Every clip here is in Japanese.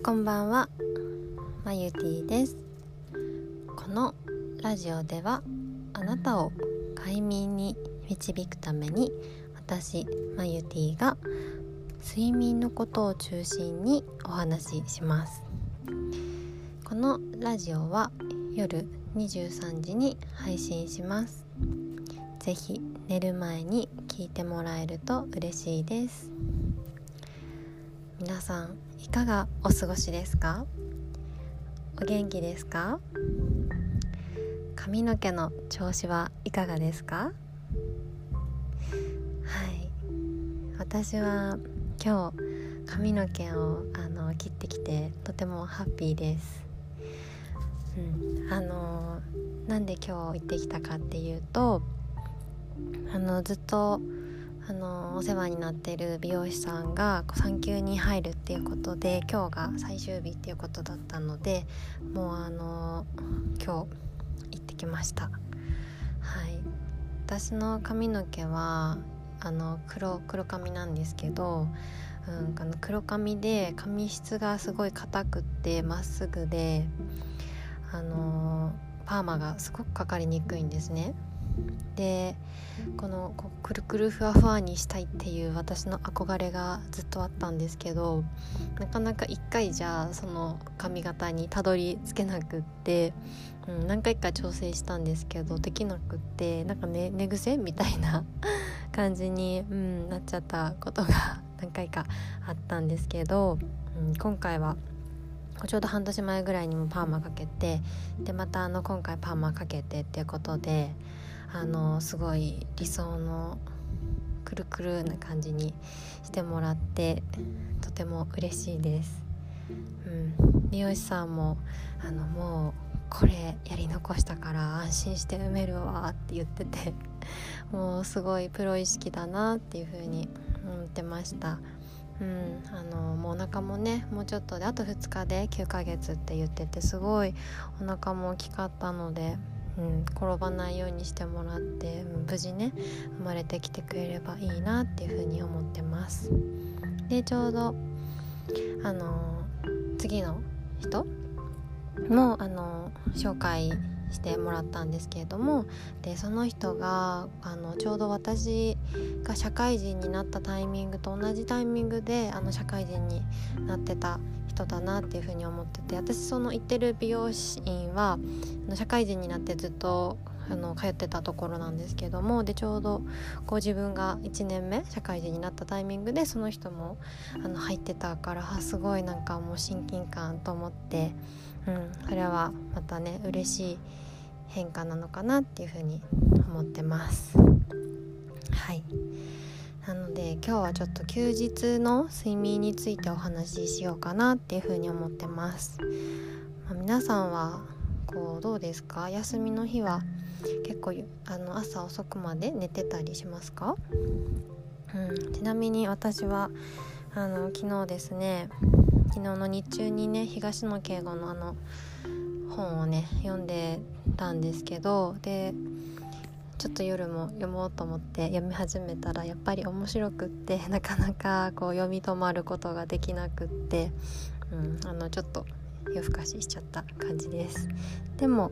こんばんは、まゆティです。このラジオではあなたを快眠に導くために私まゆティが睡眠のことを中心にお話しします。このラジオは夜23時に配信します。ぜひ寝る前に聞いてもらえると嬉しいです。皆さんいかがお過ごしですか？お元気ですか？髪の毛の調子はいかがですか？はい、私は今日髪の毛を切ってきてとてもハッピーです。なんで今日行ってきたかっていうと、ずっとお世話になっている美容師さんが産休に入るっていうことで、今日が最終日っていうことだったので、もう今日行ってきました。はい、私の髪の毛は黒髪なんですけど、黒髪で髪質がすごい硬くってまっすぐでパーマがすごくかかりにくいんですね。でくるくるふわふわにしたいっていう私の憧れがずっとあったんですけど、なかなか一回じゃその髪型にたどり着けなくって、何回か調整したんですけどできなくって、寝癖みたいな感じに、なっちゃったことが何回かあったんですけど、今回はちょうど半年前ぐらいにもパーマかけて、でまた今回パーマかけてっていうことで、すごい理想のくるくるな感じにしてもらってとても嬉しいです。美容師さんももうこれやり残したから安心して埋めるわって言っててもうすごいプロ意識だなっていう風に思ってました。もうお腹もね、もうちょっとであと2日で9ヶ月って言ってて、すごいお腹も大きかったので、転ばないようにしてもらって、無事ね生まれてきてくれればいいなっていうふうに思ってます。でちょうど次の人も紹介してもらったんですけれども、でその人がちょうど私が社会人になったタイミングと同じタイミングで社会人になってた人だなっていうふうに思ってて、私その行ってる美容院は社会人になってずっと通ってたところなんですけども、でちょうど自分が1年目社会人になったタイミングでその人も入ってたから、すごいもう親近感と思って、それはまたね嬉しい変化なのかなっていうふうに思ってます。はい、なので今日はちょっと休日の睡眠についてお話ししようかなっていうふうに思ってます。皆さんはどうですか？休みの日は結構朝遅くまで寝てたりしますか？ちなみに私は昨日ですね、昨日の日中にね東野圭吾の本をね読んでたんですけど、でちょっと夜も読もうと思って読み始めたらやっぱり面白くって、なかなか読み止まることができなくって、ちょっと夜更かししちゃった感じです。でも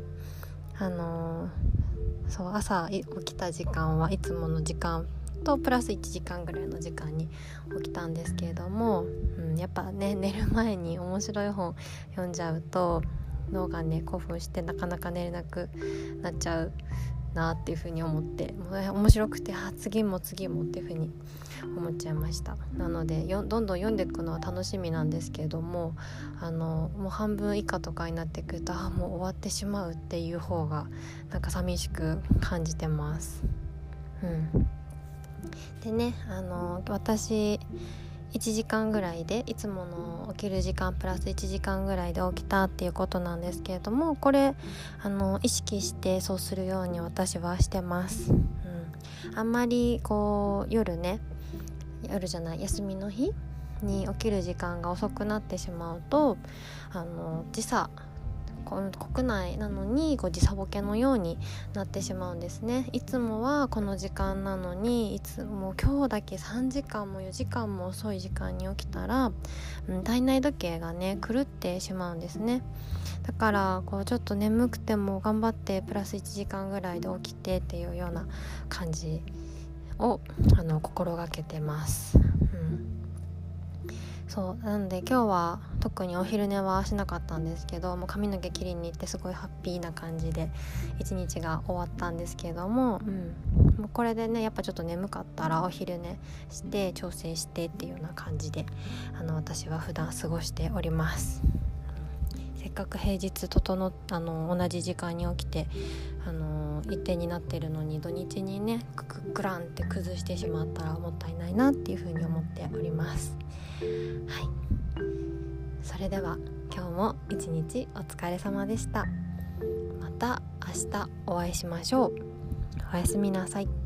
朝起きた時間はいつもの時間とプラス1時間ぐらいの時間に起きたんですけれども、やっぱね寝る前に面白い本読んじゃうと脳がね興奮してなかなか寝れなくなっちゃうなっていうふうに思って、面白くて次もっていうふうに思っちゃいました。なのでどんどん読んでいくのは楽しみなんですけれども、もう半分以下とかになってくるともう終わってしまうっていう方が寂しく感じてます。でね私1時間ぐらいでいつもの起きる時間プラス1時間ぐらいで起きたっていうことなんですけれども、これ意識してそうするように私はしてます。あんまり休みの日に起きる時間が遅くなってしまうと時差国内なのに時差ボケのようになってしまうんですね。いつもはこの時間なのにいつも今日だけ3時間も4時間も遅い時間に起きたら、体内時計がね狂ってしまうんですね。だからちょっと眠くても頑張ってプラス1時間ぐらいで起きてっていうような感じを心がけてます。そうなんで今日は特にお昼寝はしなかったんですけども、髪の毛切りに行ってすごいハッピーな感じで一日が終わったんですけども、もうこれでねやっぱちょっと眠かったらお昼寝して調整してっていうような感じで私は普段過ごしております。せっかく平日同じ時間に起きて一定になってるのに土日にねグランって崩してしまったらもったいないなっていうふうに思っております。はい、それでは今日も一日お疲れ様でした。また明日お会いしましょう。おやすみなさい。